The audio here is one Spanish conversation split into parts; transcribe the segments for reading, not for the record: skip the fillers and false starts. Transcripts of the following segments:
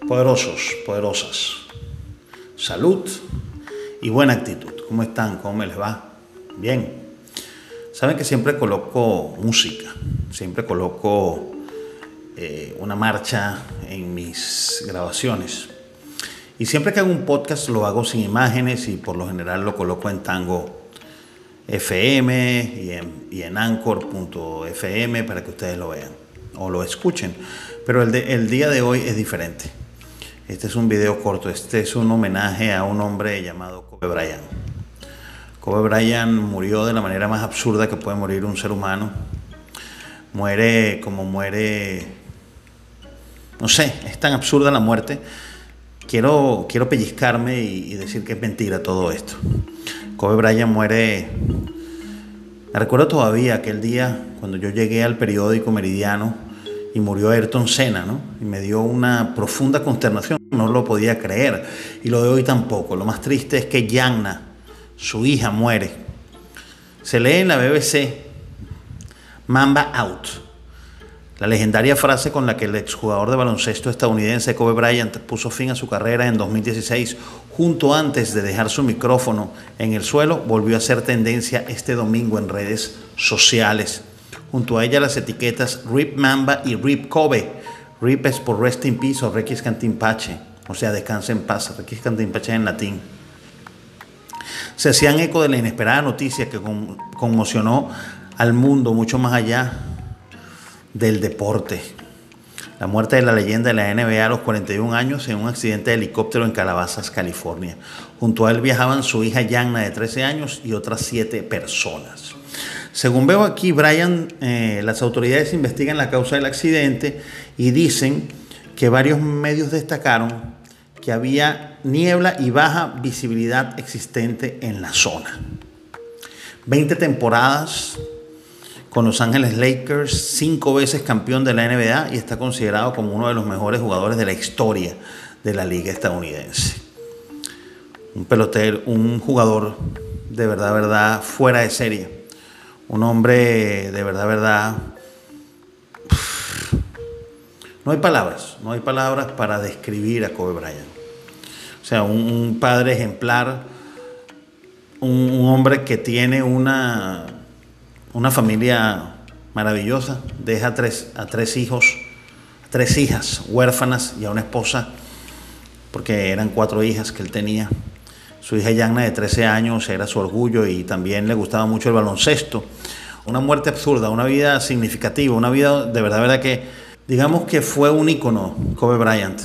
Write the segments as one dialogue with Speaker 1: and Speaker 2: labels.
Speaker 1: Poderosos, poderosas, salud y buena actitud. ¿Cómo están? ¿Cómo me les va? Bien. Saben que siempre coloco música, siempre coloco una marcha en mis grabaciones. Y siempre que hago un podcast lo hago sin imágenes y por lo general lo coloco en Tango FM y en Anchor.fm para que ustedes lo vean o lo escuchen. Pero el día de hoy es diferente. Este es un video corto, este es un homenaje a un hombre llamado Kobe Bryant. Kobe Bryant murió de la manera más absurda que puede morir un ser humano. Muere como muere, no sé, es tan absurda la muerte. Quiero pellizcarme y decir que es mentira todo esto. Kobe Bryant muere, me recuerdo todavía aquel día cuando yo llegué al periódico Meridiano y murió Ayrton Senna, ¿no? Y me dio una profunda consternación, no lo podía creer, y lo de hoy tampoco. Lo más triste es que Gianna, su hija, muere. Se lee en la BBC, Mamba out, la legendaria frase con la que el exjugador de baloncesto estadounidense Kobe Bryant puso fin a su carrera en 2016, junto antes de dejar su micrófono en el suelo, volvió a ser tendencia este domingo en redes sociales. Junto a ella las etiquetas RIP Mamba y RIP Kobe. RIP es por Rest in Peace o Requiescat in Pace, o sea, descansa en paz, Requiescat in Pace en latín. Se hacían eco de la inesperada noticia que conmocionó al mundo mucho más allá del deporte. La muerte de la leyenda de la NBA a los 41 años en un accidente de helicóptero en Calabasas, California. Junto a él viajaban su hija Gianna de 13 años y otras 7 personas. Según veo aquí, las autoridades investigan la causa del accidente y dicen que varios medios destacaron que había niebla y baja visibilidad existente en la zona. 20 temporadas con Los Ángeles Lakers, 5 veces campeón de la NBA y está considerado como uno de los mejores jugadores de la historia de la liga estadounidense. Un pelotero, un jugador de verdad fuera de serie. Un hombre de verdad. No hay palabras para describir a Kobe Bryant. O sea, un padre ejemplar, un hombre que tiene una familia maravillosa, deja a tres hijas huérfanas y a una esposa, porque eran 4 hijas que él tenía. Su hija Gianna de 13 años era su orgullo y también le gustaba mucho el baloncesto. Una muerte absurda, una vida significativa, una vida de verdad que, digamos que fue un ícono, Kobe Bryant.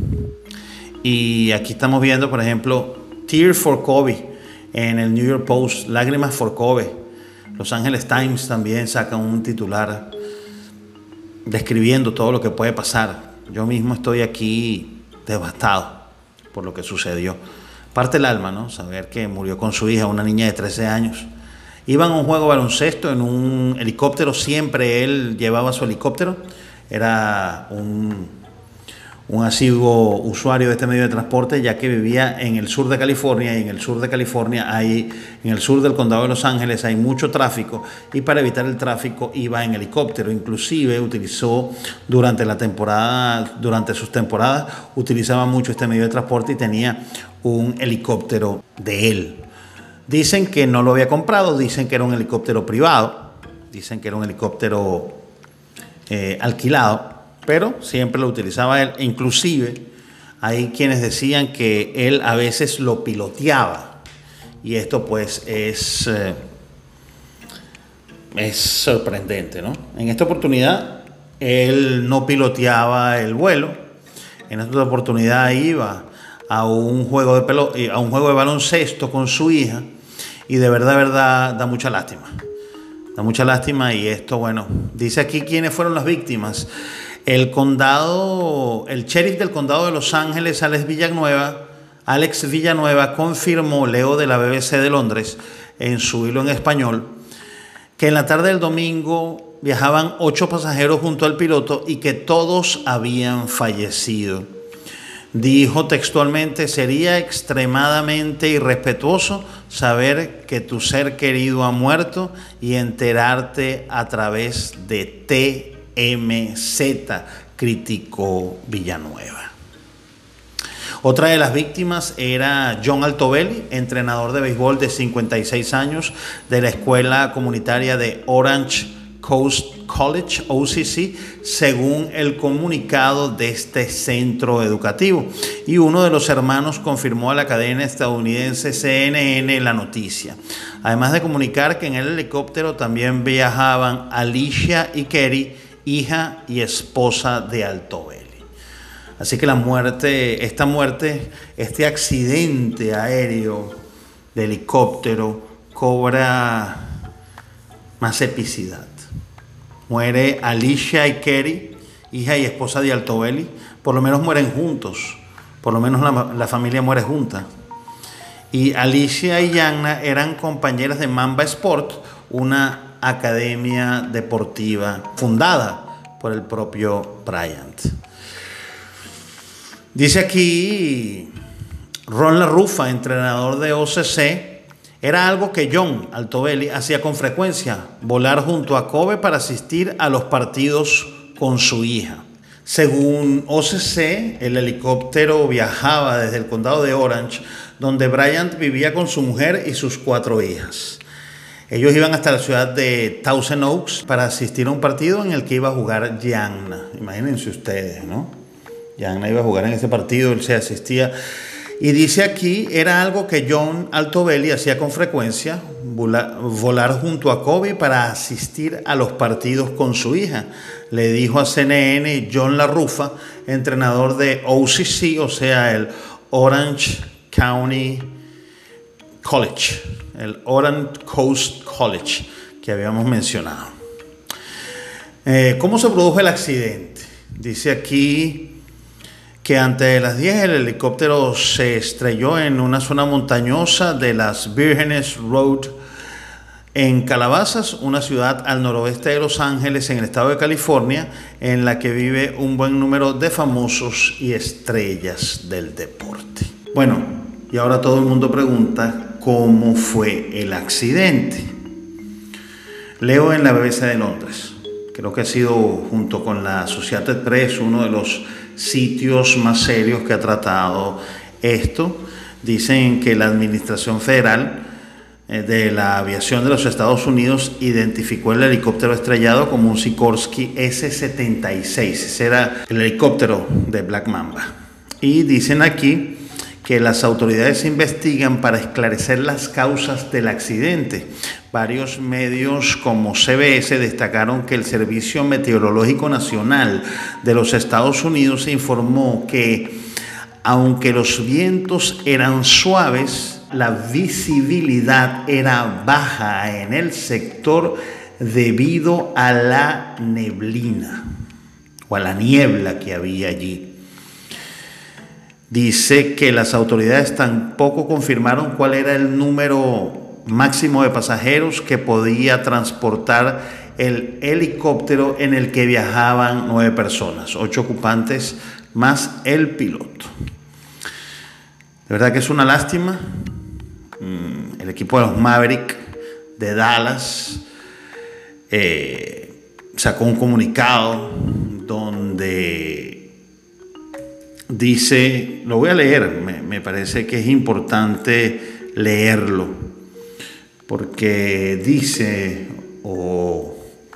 Speaker 1: Y aquí estamos viendo, por ejemplo, Tears for Kobe en el New York Post, Lágrimas for Kobe. Los Angeles Times también sacan un titular describiendo todo lo que puede pasar. Yo mismo estoy aquí devastado por lo que sucedió. Parte el alma, ¿no? Saber que murió con su hija, una niña de 13 años. Iban a un juego de baloncesto en un helicóptero, siempre él llevaba su helicóptero. Era un asiduo usuario de este medio de transporte, ya que vivía en el sur de California, y en el sur de California en el sur del condado de Los Ángeles hay mucho tráfico, y para evitar el tráfico iba en helicóptero. Inclusive utilizó durante sus temporadas, utilizaba mucho este medio de transporte y tenía un helicóptero de él. Dicen que no lo había comprado, dicen que era un helicóptero privado, dicen que era un helicóptero alquilado, pero siempre lo utilizaba él. Inclusive hay quienes decían que él a veces lo piloteaba, y esto pues es sorprendente, ¿no? En esta oportunidad él no piloteaba el vuelo, en esta oportunidad iba a un juego de baloncesto con su hija, y de verdad da mucha lástima. Da mucha lástima. Y esto, bueno, dice aquí quiénes fueron las víctimas. El sheriff del condado de Los Ángeles, Alex Villanueva, confirmó, leo de la BBC de Londres, en su hilo en español, que en la tarde del domingo viajaban 8 pasajeros junto al piloto y que todos habían fallecido. Dijo textualmente: sería extremadamente irrespetuoso saber que tu ser querido ha muerto y enterarte a través de TMZ, criticó Villanueva. Otra de las víctimas era John Altobelli, entrenador de béisbol de 56 años de la escuela comunitaria de Orange Coast College, OCC, según el comunicado de este centro educativo. Y uno de los hermanos confirmó a la cadena estadounidense CNN la noticia. Además de comunicar que en el helicóptero también viajaban Alicia y Kerry, hija y esposa de Altobelli. Así que este accidente aéreo de helicóptero cobra más epicidad. Muere Alicia y Kerry, hija y esposa de Altobelli. Por lo menos mueren juntos. Por lo menos la familia muere junta. Y Alicia y Yanna eran compañeras de Mamba Sport, una academia deportiva fundada por el propio Bryant. Dice aquí Ron LaRuffa, entrenador de OCC, era algo que John Altobelli hacía con frecuencia, volar junto a Kobe para asistir a los partidos con su hija. Según OCC, el helicóptero viajaba desde el condado de Orange, donde Bryant vivía con su mujer y sus 4 hijas. Ellos iban hasta la ciudad de Thousand Oaks para asistir a un partido en el que iba a jugar Yanna. Imagínense ustedes, ¿no? Yanna iba a jugar en ese partido, él se asistía. Y dice aquí, era algo que John Altobelli hacía con frecuencia, volar junto a Kobe para asistir a los partidos con su hija. Le dijo a CNN John LaRuffa, entrenador de OCC, o sea, el Orange County College, el Orange Coast College que habíamos mencionado. ¿Cómo se produjo el accidente? Dice aquí que antes de las 10 el helicóptero se estrelló en una zona montañosa de las Vírgenes Road en Calabasas, una ciudad al noroeste de Los Ángeles, en el estado de California, en la que vive un buen número de famosos y estrellas del deporte. Bueno, y ahora todo el mundo pregunta cómo fue el accidente. Leo en la BBC de Londres. Creo que ha sido, junto con la Associated Press, uno de los sitios más serios que ha tratado esto. Dicen que la Administración Federal de la Aviación de los Estados Unidos identificó el helicóptero estrellado como un Sikorsky S-76. Ese era el helicóptero de Black Mamba. Y dicen aquí que las autoridades investigan para esclarecer las causas del accidente. Varios medios como CBS destacaron que el Servicio Meteorológico Nacional de los Estados Unidos informó que, aunque los vientos eran suaves, la visibilidad era baja en el sector debido a la neblina o a la niebla que había allí. Dice que las autoridades tampoco confirmaron cuál era el número máximo de pasajeros que podía transportar el helicóptero en el que viajaban 9 personas, 8 ocupantes más el piloto. De verdad que es una lástima. El equipo de los Mavericks de Dallas sacó un comunicado donde dice, lo voy a leer, me parece que es importante leerlo, porque dice o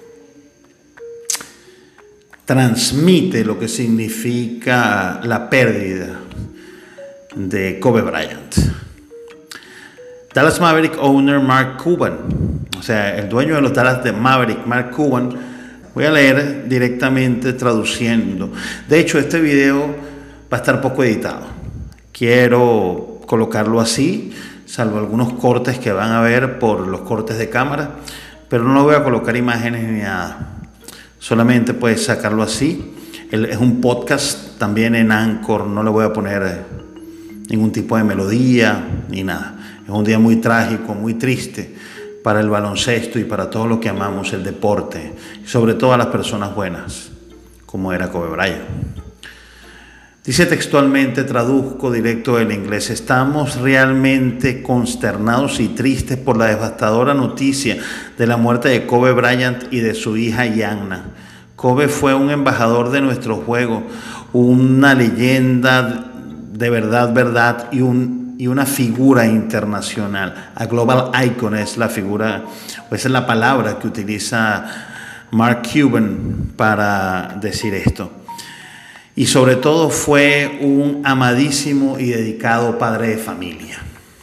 Speaker 1: transmite lo que significa la pérdida de Kobe Bryant. Dallas Maverick owner Mark Cuban, o sea, el dueño de los Dallas de Maverick, Mark Cuban. Voy a leer directamente traduciendo. De hecho, este video va a estar poco editado. Quiero colocarlo así, salvo algunos cortes que van a ver por los cortes de cámara, pero no voy a colocar imágenes ni nada. Solamente puedes sacarlo así. Es un podcast también en Anchor, no le voy a poner ningún tipo de melodía ni nada. Es un día muy trágico, muy triste para el baloncesto y para todo lo que amamos el deporte, y sobre todo a las personas buenas, como era Kobe Bryant. Dice textualmente, traduzco directo del inglés: estamos realmente consternados y tristes por la devastadora noticia de la muerte de Kobe Bryant y de su hija Yanna. Kobe fue un embajador de nuestro juego, una leyenda de verdad, y una figura internacional. A global icon es la figura, o esa es la palabra que utiliza Mark Cuban para decir esto. Y sobre todo fue un amadísimo y dedicado padre de familia.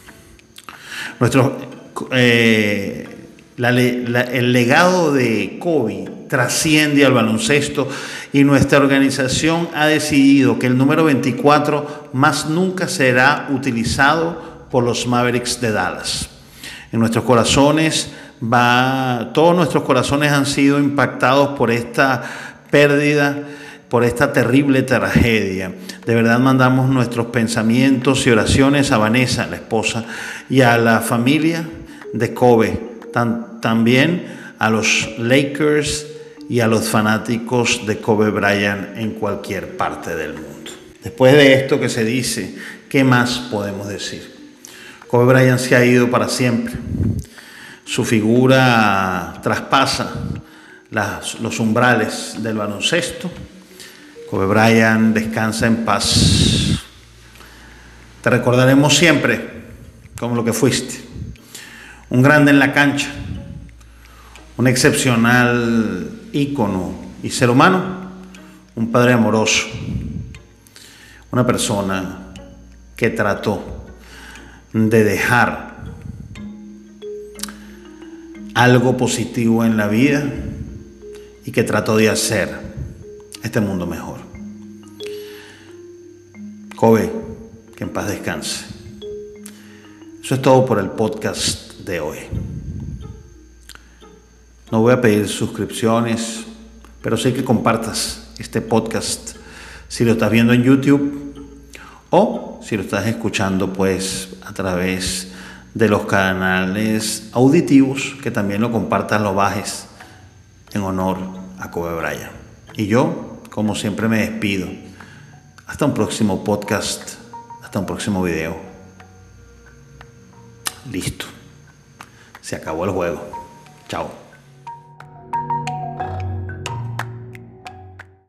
Speaker 1: El legado de Kobe trasciende al baloncesto y nuestra organización ha decidido que el número 24 más nunca será utilizado por los Mavericks de Dallas. En nuestros corazones todos nuestros corazones han sido impactados por esta pérdida, por esta terrible tragedia. De verdad mandamos nuestros pensamientos y oraciones a Vanessa, la esposa, y a la familia de Kobe, también a los Lakers y a los fanáticos de Kobe Bryant en cualquier parte del mundo. Después de esto que se dice, ¿qué más podemos decir? Kobe Bryant se ha ido para siempre. Su figura traspasa los umbrales del baloncesto. Kobe Bryant, descansa en paz. Te recordaremos siempre como lo que fuiste. Un grande en la cancha, un excepcional ícono y ser humano, un padre amoroso, una persona que trató de dejar algo positivo en la vida y que trató de hacer este mundo mejor. Kobe, que en paz descanse. Eso es todo por el podcast de hoy. No voy a pedir suscripciones, pero sí que compartas este podcast si lo estás viendo en YouTube o si lo estás escuchando pues a través de los canales auditivos, que también lo compartas, lo bajes en honor a Kobe Bryant. Y yo, como siempre, me despido. Hasta un próximo podcast, hasta un próximo video. Listo. Se acabó el juego. Chao.